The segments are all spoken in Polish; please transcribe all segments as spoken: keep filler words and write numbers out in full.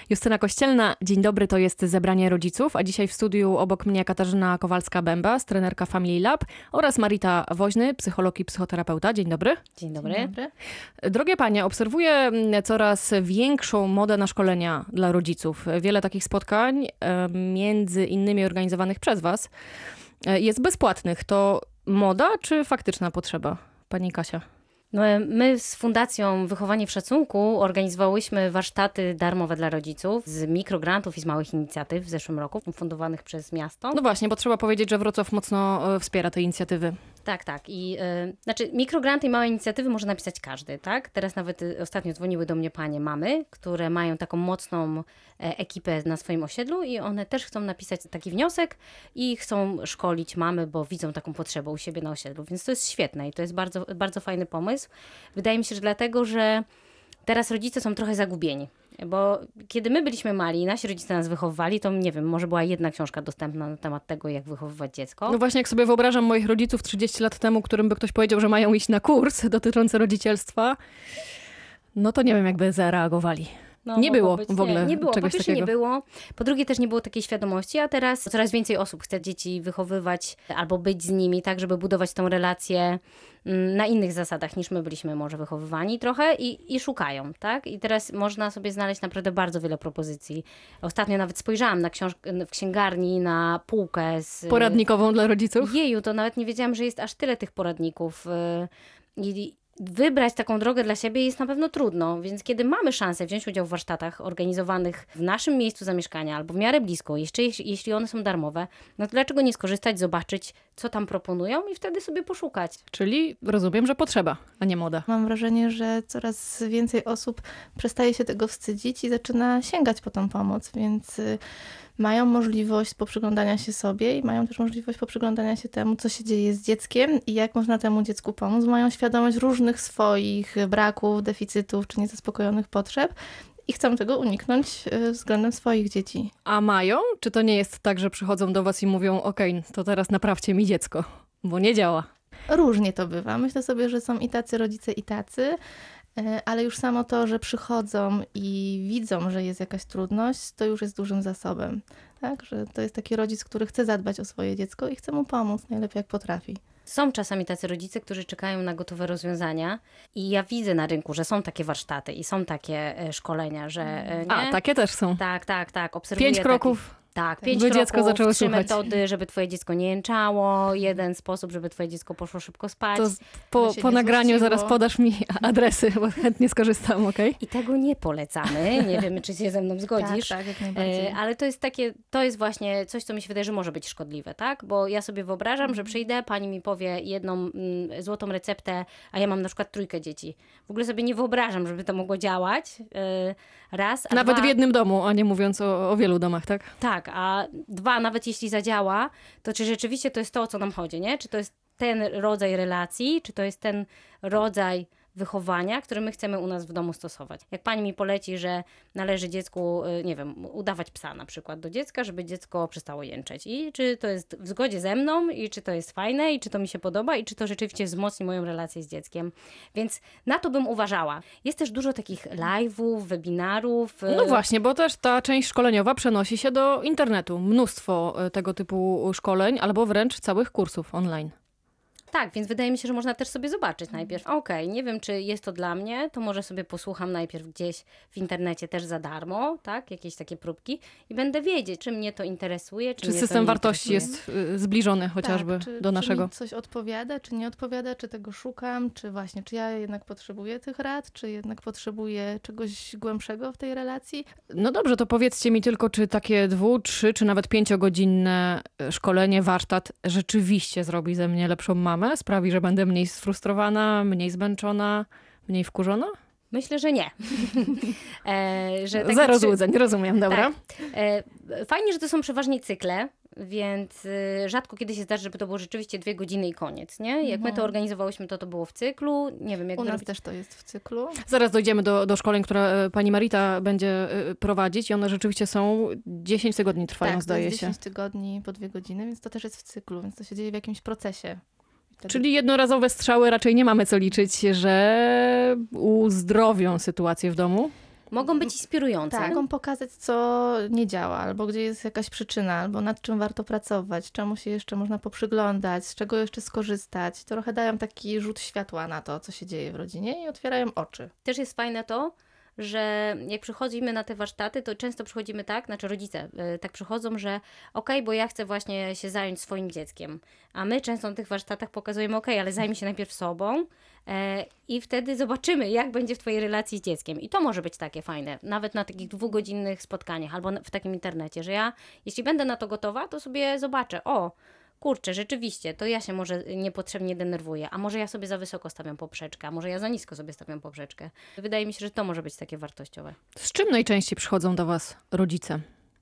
Justyna Kościelna, dzień dobry, to jest Zebranie Rodziców, a dzisiaj w studiu obok mnie Katarzyna Kowalska-Bębas, trenerka Family Lab oraz Marita Woźny, psycholog i psychoterapeuta. Dzień dobry. Dzień dobry. Dzień dobry. Drogie panie, obserwuję coraz większą modę na szkolenia dla rodziców. Wiele takich spotkań, między innymi organizowanych przez was, jest bezpłatnych. To moda czy faktyczna potrzeba? Pani Kasia. No, my z Fundacją Wychowanie w Szacunku organizowałyśmy warsztaty darmowe dla rodziców z mikrograntów i z małych inicjatyw w zeszłym roku, fundowanych przez miasto. No właśnie, bo trzeba powiedzieć, że Wrocław mocno wspiera te inicjatywy. Tak, tak. I yy, znaczy mikrogranty i małe inicjatywy może napisać każdy, tak? Teraz nawet y, ostatnio dzwoniły do mnie panie mamy, które mają taką mocną e, ekipę na swoim osiedlu i one też chcą napisać taki wniosek i chcą szkolić mamy, bo widzą taką potrzebę u siebie na osiedlu. Więc to jest świetne i to jest bardzo, bardzo fajny pomysł. Wydaje mi się, że dlatego, że teraz rodzice są trochę zagubieni. Bo kiedy my byliśmy mali i nasi rodzice nas wychowywali, to nie wiem, może była jedna książka dostępna na temat tego, jak wychowywać dziecko. No właśnie, jak sobie wyobrażam moich rodziców trzydzieści lat temu, którym by ktoś powiedział, że mają iść na kurs dotyczący rodzicielstwa, no to nie wiem, jakby zareagowali. No, nie było być, w ogóle nie, nie było, czegoś po takiego. Nie było. Po drugie też nie było takiej świadomości, a teraz coraz więcej osób chce dzieci wychowywać albo być z nimi, tak, żeby budować tą relację na innych zasadach niż my byliśmy może wychowywani trochę i, i szukają, tak? I teraz można sobie znaleźć naprawdę bardzo wiele propozycji. Ostatnio nawet spojrzałam na książ- w księgarni na półkę z... Poradnikową dla rodziców? Jeju, to nawet nie wiedziałam, że jest aż tyle tych poradników. I wybrać taką drogę dla siebie jest na pewno trudno, więc kiedy mamy szansę wziąć udział w warsztatach organizowanych w naszym miejscu zamieszkania albo w miarę blisko, jeszcze jeśli, jeśli one są darmowe, no to dlaczego nie skorzystać, zobaczyć, co tam proponują i wtedy sobie poszukać. Czyli rozumiem, że potrzeba, a nie moda. Mam wrażenie, że coraz więcej osób przestaje się tego wstydzić i zaczyna sięgać po tą pomoc, więc mają możliwość poprzyglądania się sobie i mają też możliwość poprzyglądania się temu, co się dzieje z dzieckiem i jak można temu dziecku pomóc. Mają świadomość różnych swoich braków, deficytów czy niezaspokojonych potrzeb i chcą tego uniknąć względem swoich dzieci. A mają? Czy to nie jest tak, że przychodzą do was i mówią, okej, to teraz naprawcie mi dziecko, bo nie działa? Różnie to bywa. Myślę sobie, że są i tacy rodzice, i tacy. Ale już samo to, że przychodzą i widzą, że jest jakaś trudność, to już jest dużym zasobem. Tak? Że to jest taki rodzic, który chce zadbać o swoje dziecko i chce mu pomóc najlepiej jak potrafi. Są czasami tacy rodzice, którzy czekają na gotowe rozwiązania i ja widzę na rynku, że są takie warsztaty i są takie szkolenia, że nie? A, takie też są. Tak, tak, tak. Obserwuję Pięć kroków. Takich... Tak, pięć by kroków, dziecko zaczęło trzy słuchać. metody, żeby twoje dziecko nie jęczało, jeden sposób, żeby twoje dziecko poszło szybko spać. To po, po nagraniu złościło. Zaraz podasz mi adresy, bo chętnie skorzystam, okej? Okay? I tego nie polecamy. Nie wiem, czy się ze mną zgodzisz. Tak, tak, jak najbardziej. Ale to jest takie, to jest właśnie coś, co mi się wydaje, że może być szkodliwe, tak? Bo ja sobie wyobrażam, mm. że przyjdę, pani mi powie jedną mm, złotą receptę, a ja mam na przykład trójkę dzieci. W ogóle sobie nie wyobrażam, żeby to mogło działać. Yy, raz, a Nawet dwa... w jednym domu, a nie mówiąc o, o wielu domach, tak? Tak, a dwa, nawet jeśli zadziała, to czy rzeczywiście to jest to, o co nam chodzi, nie? Czy to jest ten rodzaj relacji, czy to jest ten rodzaj wychowania, które my chcemy u nas w domu stosować. Jak pani mi poleci, że należy dziecku, nie wiem, udawać psa na przykład do dziecka, żeby dziecko przestało jęczeć. I czy to jest w zgodzie ze mną, i czy to jest fajne, i czy to mi się podoba, i czy to rzeczywiście wzmocni moją relację z dzieckiem. Więc na to bym uważała. Jest też dużo takich live'ów, webinarów. No właśnie, bo też ta część szkoleniowa przenosi się do internetu. Mnóstwo tego typu szkoleń, albo wręcz całych kursów online. Tak, więc wydaje mi się, że można też sobie zobaczyć najpierw. Okej, okay, nie wiem, czy jest to dla mnie, to może sobie posłucham najpierw gdzieś w internecie też za darmo, tak, jakieś takie próbki i będę wiedzieć, czy mnie to interesuje, czy, czy mnie system to nie wartości interesuje. jest zbliżony chociażby tak, czy, do naszego. Czy mi coś odpowiada, czy nie odpowiada, czy tego szukam, czy właśnie, czy ja jednak potrzebuję tych rad, czy jednak potrzebuję czegoś głębszego w tej relacji. No dobrze, to powiedzcie mi tylko, czy takie dwu, trzy, czy nawet pięciogodzinne szkolenie, warsztat rzeczywiście zrobi ze mnie lepszą mamę? Sprawi, że będę mniej sfrustrowana, mniej zmęczona, mniej wkurzona? Myślę, że nie. e, że tak Zero złudzeń, rozumiem, dobra. Tak. E, fajnie, że to są przeważnie cykle, więc y, rzadko kiedy się zdarzy, żeby to było rzeczywiście dwie godziny i koniec, nie? Jak mhm. my to organizowałyśmy, to to było w cyklu. Nie wiem, jak U nas robić... też to jest w cyklu. Zaraz dojdziemy do, do szkoleń, które pani Marita będzie prowadzić i one rzeczywiście są dziesięć tygodni trwają, tak, zdaje to jest się. dziesięć tygodni po dwie godziny, więc to też jest w cyklu, więc to się dzieje w jakimś procesie. Wtedy... Czyli jednorazowe strzały raczej nie mamy co liczyć, że uzdrowią sytuację w domu? Mogą być inspirujące. Tak, mogą pokazać, co nie działa, albo gdzie jest jakaś przyczyna, albo nad czym warto pracować, czemu się jeszcze można poprzyglądać, z czego jeszcze skorzystać. Trochę dają taki rzut światła na to, co się dzieje w rodzinie i otwierają oczy. Też jest fajne to, że jak przychodzimy na te warsztaty, to często przychodzimy tak, znaczy rodzice y, tak przychodzą, że okej, bo ja chcę właśnie się zająć swoim dzieckiem. A my często na tych warsztatach pokazujemy, okej, ale zajmij się najpierw sobą e, i wtedy zobaczymy, jak będzie w twojej relacji z dzieckiem. I to może być takie fajne, nawet na takich dwugodzinnych spotkaniach albo w takim internecie, że ja, jeśli będę na to gotowa, to sobie zobaczę, o, kurczę, rzeczywiście, to ja się może niepotrzebnie denerwuję, a może ja sobie za wysoko stawiam poprzeczkę, a może ja za nisko sobie stawiam poprzeczkę. Wydaje mi się, że to może być takie wartościowe. Z czym najczęściej przychodzą do was rodzice?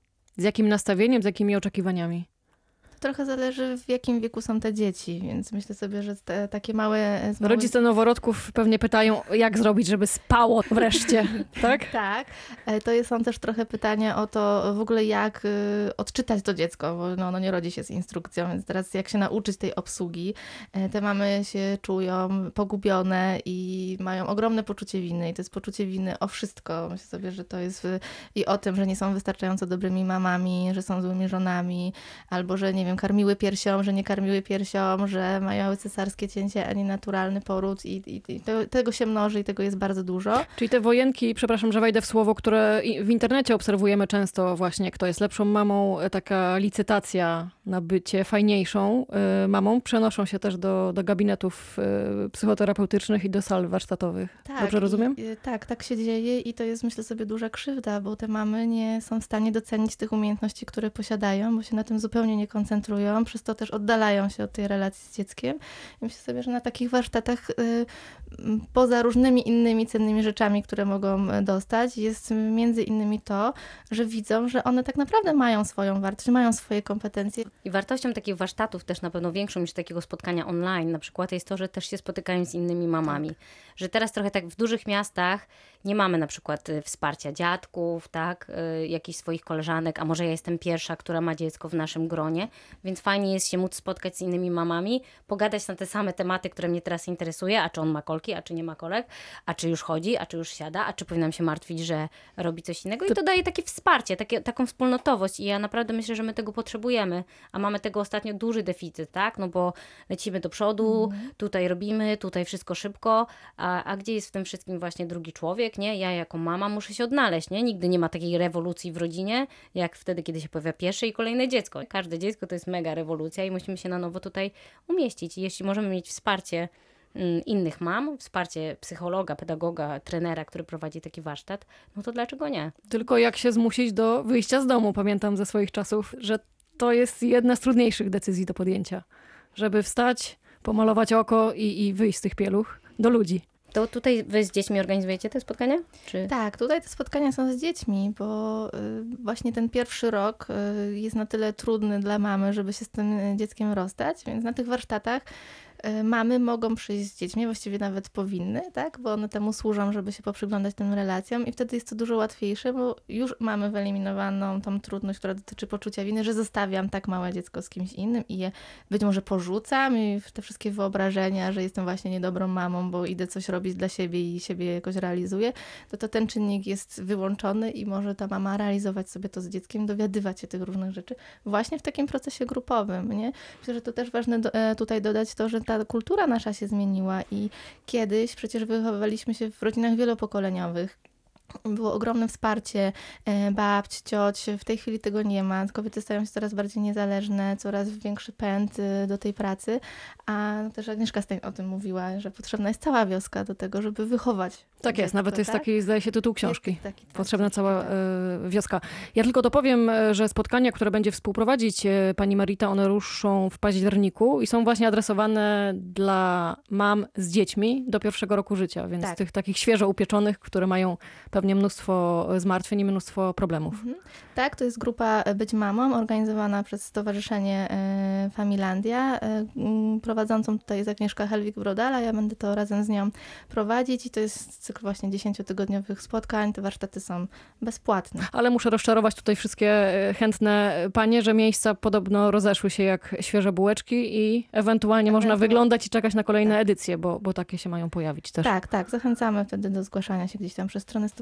Z jakim nastawieniem, z jakimi oczekiwaniami? Trochę zależy, w jakim wieku są te dzieci, więc myślę sobie, że te, takie małe... małe... Rodzice noworodków pewnie pytają, jak zrobić, żeby spało wreszcie, tak? Tak. To jest, są też trochę pytania o to w ogóle, jak y, odczytać to dziecko, bo no, ono nie rodzi się z instrukcją, więc teraz jak się nauczyć tej obsługi. Te mamy się czują pogubione i mają ogromne poczucie winy i to jest poczucie winy o wszystko. Myślę sobie, że to jest y, i o tym, że nie są wystarczająco dobrymi mamami, że są złymi żonami, albo że nie wiem, karmiły piersią, że nie karmiły piersią, że mają cesarskie cięcie, a nie naturalny poród i, i, i to, tego się mnoży i tego jest bardzo dużo. Czyli te wojenki, przepraszam, że wejdę w słowo, które w internecie obserwujemy często właśnie, kto jest lepszą mamą, taka licytacja na bycie fajniejszą y, mamą, przenoszą się też do, do gabinetów y, psychoterapeutycznych i do sal warsztatowych. Tak, Dobrze rozumiem? I, tak, tak się dzieje i to jest, myślę sobie, duża krzywda, bo te mamy nie są w stanie docenić tych umiejętności, które posiadają, bo się na tym zupełnie nie koncentrują, przez to też oddalają się od tej relacji z dzieckiem. I myślę sobie, że na takich warsztatach y, poza różnymi innymi cennymi rzeczami, które mogą dostać, jest między innymi to, że widzą, że one tak naprawdę mają swoją wartość, mają swoje kompetencje. I wartością takich warsztatów też na pewno większą niż takiego spotkania online na przykład jest to, że też się spotykają z innymi mamami. Tak. Że teraz trochę tak w dużych miastach nie mamy na przykład wsparcia dziadków, tak, y, jakichś swoich koleżanek, a może ja jestem pierwsza, która ma dziecko w naszym gronie, więc fajnie jest się móc spotkać z innymi mamami, pogadać na te same tematy, które mnie teraz interesuje, a czy on ma kolki, a czy nie ma kolek, a czy już chodzi, a czy już siada, a czy powinnam się martwić, że robi coś innego. I to daje takie wsparcie, takie, taką wspólnotowość i ja naprawdę myślę, że my tego potrzebujemy, a mamy tego ostatnio duży deficyt, tak, no bo lecimy do przodu, mm. tutaj robimy, tutaj wszystko szybko, a, a gdzie jest w tym wszystkim właśnie drugi człowiek, nie? Ja jako mama muszę się odnaleźć, nie? Nigdy nie ma takiej rewolucji w rodzinie, jak wtedy, kiedy się pojawia pierwsze i kolejne dziecko. Każde dziecko to jest mega rewolucja i musimy się na nowo tutaj umieścić. I jeśli możemy mieć wsparcie mm, innych mam, wsparcie psychologa, pedagoga, trenera, który prowadzi taki warsztat, no to dlaczego nie? Tylko jak się zmusić do wyjścia z domu, pamiętam ze swoich czasów, że to jest jedna z trudniejszych decyzji do podjęcia. Żeby wstać, pomalować oko i, i wyjść z tych pieluch do ludzi. To tutaj wy z dziećmi organizujecie te spotkania? Czy... Tak, tutaj te spotkania są z dziećmi, bo y, właśnie ten pierwszy rok y, jest na tyle trudny dla mamy, żeby się z tym dzieckiem rozstać, więc na tych warsztatach y, mamy mogą przyjść z dziećmi, właściwie nawet powinny, tak, bo one temu służą, żeby się poprzyglądać tym relacjom i wtedy jest to dużo łatwiejsze, bo już mamy wyeliminowaną tą trudność, która dotyczy poczucia winy, że zostawiam tak małe dziecko z kimś innym i je być może porzucam i te wszystkie wyobrażenia, że jestem właśnie niedobrą mamą, bo idę coś robić dla siebie i siebie jakoś realizuję, to, to ten czynnik jest wyłączony i może ta mama realizować sobie to z dzieckiem, dowiadywać się tych różnych rzeczy właśnie w takim procesie grupowym, nie? Myślę, że to też ważne do, tutaj dodać to, że ta kultura nasza się zmieniła i kiedyś przecież wychowywaliśmy się w rodzinach wielopokoleniowych. Było ogromne wsparcie babć, cioć. W tej chwili tego nie ma. Kobiety stają się coraz bardziej niezależne, coraz większy pęd do tej pracy. A też Agnieszka Stein o tym mówiła, że potrzebna jest cała wioska do tego, żeby wychować. Tak jest, nawet jest tak? taki, zdaje się, tytuł książki. Jest taki, tak, Potrzebna cała tak. y, wioska. Ja tylko dopowiem, że spotkania, które będzie współprowadzić y, pani Marita, one ruszą w październiku i są właśnie adresowane dla mam z dziećmi do pierwszego roku życia, więc tak. tych takich świeżo upieczonych, które mają pewnie mnóstwo zmartwień i mnóstwo problemów. Mhm. Tak, to jest grupa Być Mamą, organizowana przez Stowarzyszenie y, Familandia. Y, prowadzącą tutaj jest Agnieszka Helwig-Brodala, ja będę to razem z nią prowadzić i to jest cykl właśnie dziesięciotygodniowych spotkań. Te warsztaty są bezpłatne. Ale muszę rozczarować tutaj wszystkie chętne panie, że miejsca podobno rozeszły się jak świeże bułeczki i ewentualnie można wyglądać i czekać na kolejne tak. edycje, bo, bo takie się mają pojawić też. Tak, tak. Zachęcamy wtedy do zgłaszania się gdzieś tam przez stronę stowarzyszenia.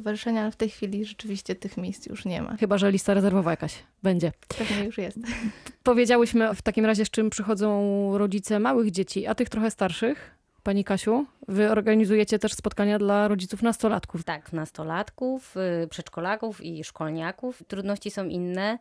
stowarzyszenia, ale w tej chwili rzeczywiście tych miejsc już nie ma. Chyba że lista rezerwowa jakaś będzie. Pewnie już jest. Powiedziałyśmy w takim razie, z czym przychodzą rodzice małych dzieci, a tych trochę starszych. Pani Kasiu, wy organizujecie też spotkania dla rodziców nastolatków. Tak, nastolatków, y, przedszkolaków i szkolniaków. Trudności są inne,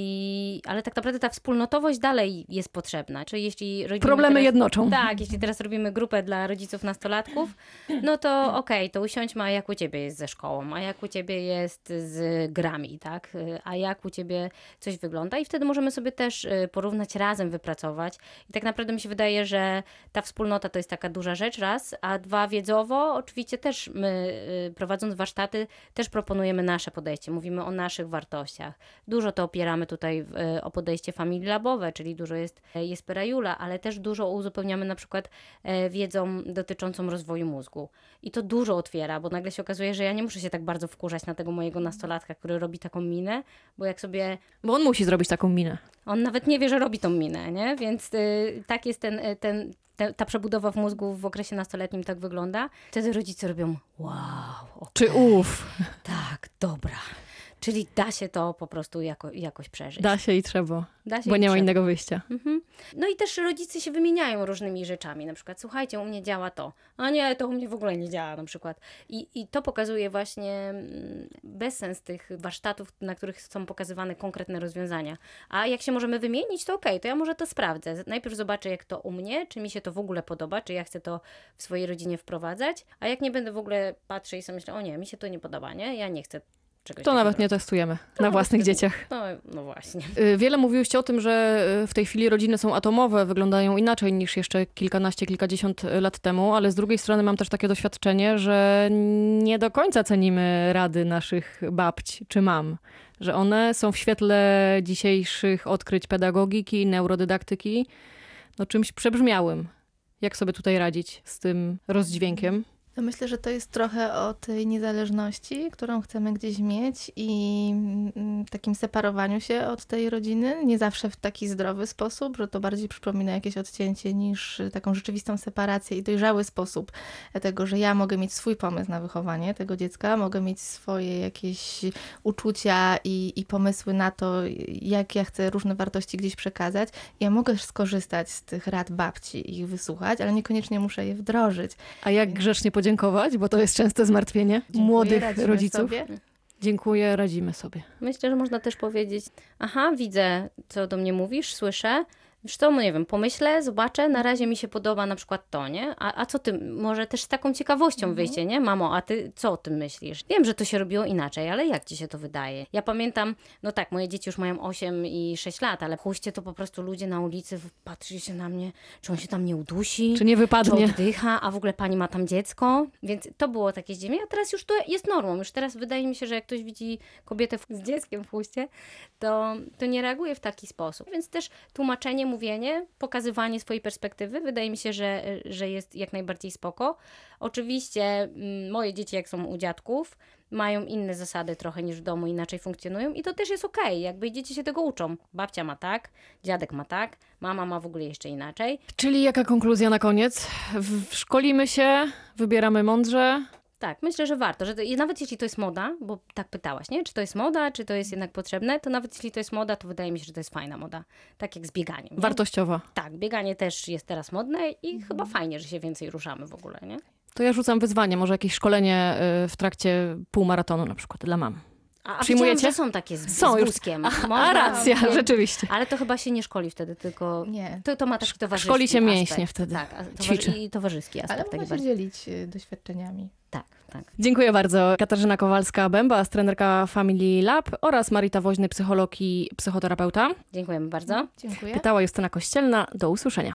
i, ale tak naprawdę ta wspólnotowość dalej jest potrzebna. Czyli jeśli robimy Problemy teraz, jednoczą. Tak, jeśli teraz robimy grupę dla rodziców nastolatków, no to okej, okay, to usiądźmy, a jak u ciebie jest ze szkołą, a jak u ciebie jest z grami, tak? A jak u ciebie coś wygląda i wtedy możemy sobie też porównać, razem wypracować. I tak naprawdę mi się wydaje, że ta wspólnota to jest taka duża rzecz, raz, a dwa, wiedzowo, oczywiście też my, prowadząc warsztaty, też proponujemy nasze podejście, mówimy o naszych wartościach. Dużo to opieramy tutaj o podejście Family Labowe, czyli dużo jest Jespera Jula, ale też dużo uzupełniamy na przykład wiedzą dotyczącą rozwoju mózgu. I to dużo otwiera, bo nagle się okazuje, że ja nie muszę się tak bardzo wkurzać na tego mojego nastolatka, który robi taką minę, bo jak sobie... Bo on musi zrobić taką minę. On nawet nie wie, że robi tą minę, nie? Więc y, tak jest ten... ten Ta, ta przebudowa w mózgu w okresie nastoletnim tak wygląda. Wtedy rodzice robią wow. Okay, czy uff. Tak, dobra. Czyli da się to po prostu jako, jakoś przeżyć. Da się i trzeba, da się bo i nie ma trzeba. innego wyjścia. Mhm. No i też rodzice się wymieniają różnymi rzeczami. Na przykład, słuchajcie, u mnie działa to. A nie, to u mnie w ogóle nie działa na przykład. I, i to pokazuje właśnie bezsens tych warsztatów, na których są pokazywane konkretne rozwiązania. A jak się możemy wymienić, to okej, okay, to ja może to sprawdzę. Najpierw zobaczę, jak to u mnie, czy mi się to w ogóle podoba, czy ja chcę to w swojej rodzinie wprowadzać. A jak nie będę w ogóle patrzeć i sobie myślę, o nie, mi się to nie podoba, nie? Ja nie chcę czegoś To nawet takiego. nie testujemy To na własnych wtedy- dzieciach. No, no właśnie. Y, Wiele mówiłyście o tym, że y, w tej chwili rodziny są atomowe, wyglądają inaczej niż jeszcze kilkanaście, kilkadziesiąt lat temu, ale z drugiej strony mam też takie doświadczenie, że nie do końca cenimy rady naszych babć czy mam, że one są w świetle dzisiejszych odkryć pedagogiki, neurodydaktyki, no czymś przebrzmiałym. Jak sobie tutaj radzić z tym rozdźwiękiem? To myślę, że to jest trochę o tej niezależności, którą chcemy gdzieś mieć i mm, takim separowaniu się od tej rodziny. Nie zawsze w taki zdrowy sposób, że to bardziej przypomina jakieś odcięcie niż taką rzeczywistą separację i dojrzały sposób tego, że ja mogę mieć swój pomysł na wychowanie tego dziecka, mogę mieć swoje jakieś uczucia i, i pomysły na to, jak ja chcę różne wartości gdzieś przekazać. Ja mogę skorzystać z tych rad babci i ich wysłuchać, ale niekoniecznie muszę je wdrożyć. A jak grzecznie podziękować, bo to jest częste zmartwienie Dziękuję, młodych radzimy rodziców. sobie. Dziękuję, radzimy sobie. Myślę, że można też powiedzieć, aha, widzę, co do mnie mówisz, słyszę, wiesz co, no nie wiem, pomyślę, zobaczę, na razie mi się podoba na przykład to, nie? A, a co ty, może też z taką ciekawością Mhm. wyjście, nie? Mamo, a ty co o tym myślisz? Wiem, że to się robiło inaczej, ale jak ci się to wydaje? Ja pamiętam, no tak, moje dzieci już mają osiem i sześć lat, ale w huście to po prostu ludzie na ulicy patrzyli się na mnie, czy on się tam nie udusi? Czy nie Czy wypadnie? oddycha, a w ogóle pani ma tam dziecko, więc to było takie zdziwienie, a teraz już to jest normą, już teraz wydaje mi się, że jak ktoś widzi kobietę w- z dzieckiem w chuście, to, to nie reaguje w taki sposób, więc też tłumaczenie, mówienie, pokazywanie swojej perspektywy, wydaje mi się, że, że jest jak najbardziej spoko. Oczywiście mm, moje dzieci, jak są u dziadków, mają inne zasady trochę niż w domu, inaczej funkcjonują i to też jest okej, jakby dzieci się tego uczą. Babcia ma tak, dziadek ma tak, mama ma w ogóle jeszcze inaczej. Czyli jaka konkluzja na koniec? W- Szkolimy się, wybieramy mądrze. Tak, myślę, że warto, że to, i nawet jeśli to jest moda, bo tak pytałaś, nie? Czy to jest moda, czy to jest jednak potrzebne, to nawet jeśli to jest moda, to wydaje mi się, że to jest fajna moda. Tak jak z bieganiem. Nie? Wartościowa. Tak, bieganie też jest teraz modne i chyba fajnie, że się więcej ruszamy w ogóle, nie? To ja rzucam wyzwanie, może jakieś szkolenie y, w trakcie półmaratonu na przykład dla mam. A, a Przyjmujecie? widziałam, że są takie z, Są z już. wózkiem. A, Można- a racja, nie? rzeczywiście. Ale to chyba się nie szkoli wtedy, tylko Nie. to, to ma taki towarzyski Szkoli się aspekt. mięśnie wtedy. Tak, a towarzy- Ćwiczy. i towarzyski aspekt. Ale taki można się bardziej. dzielić y, doświadczeniami. Tak, tak. Dziękuję bardzo. Katarzyna Kowalska-Bęba, trenerka Family Lab oraz Marita Woźny, psycholog i psychoterapeuta. Dziękujemy bardzo. Dziękuję. Pytała Justyna Kościelna. Do usłyszenia.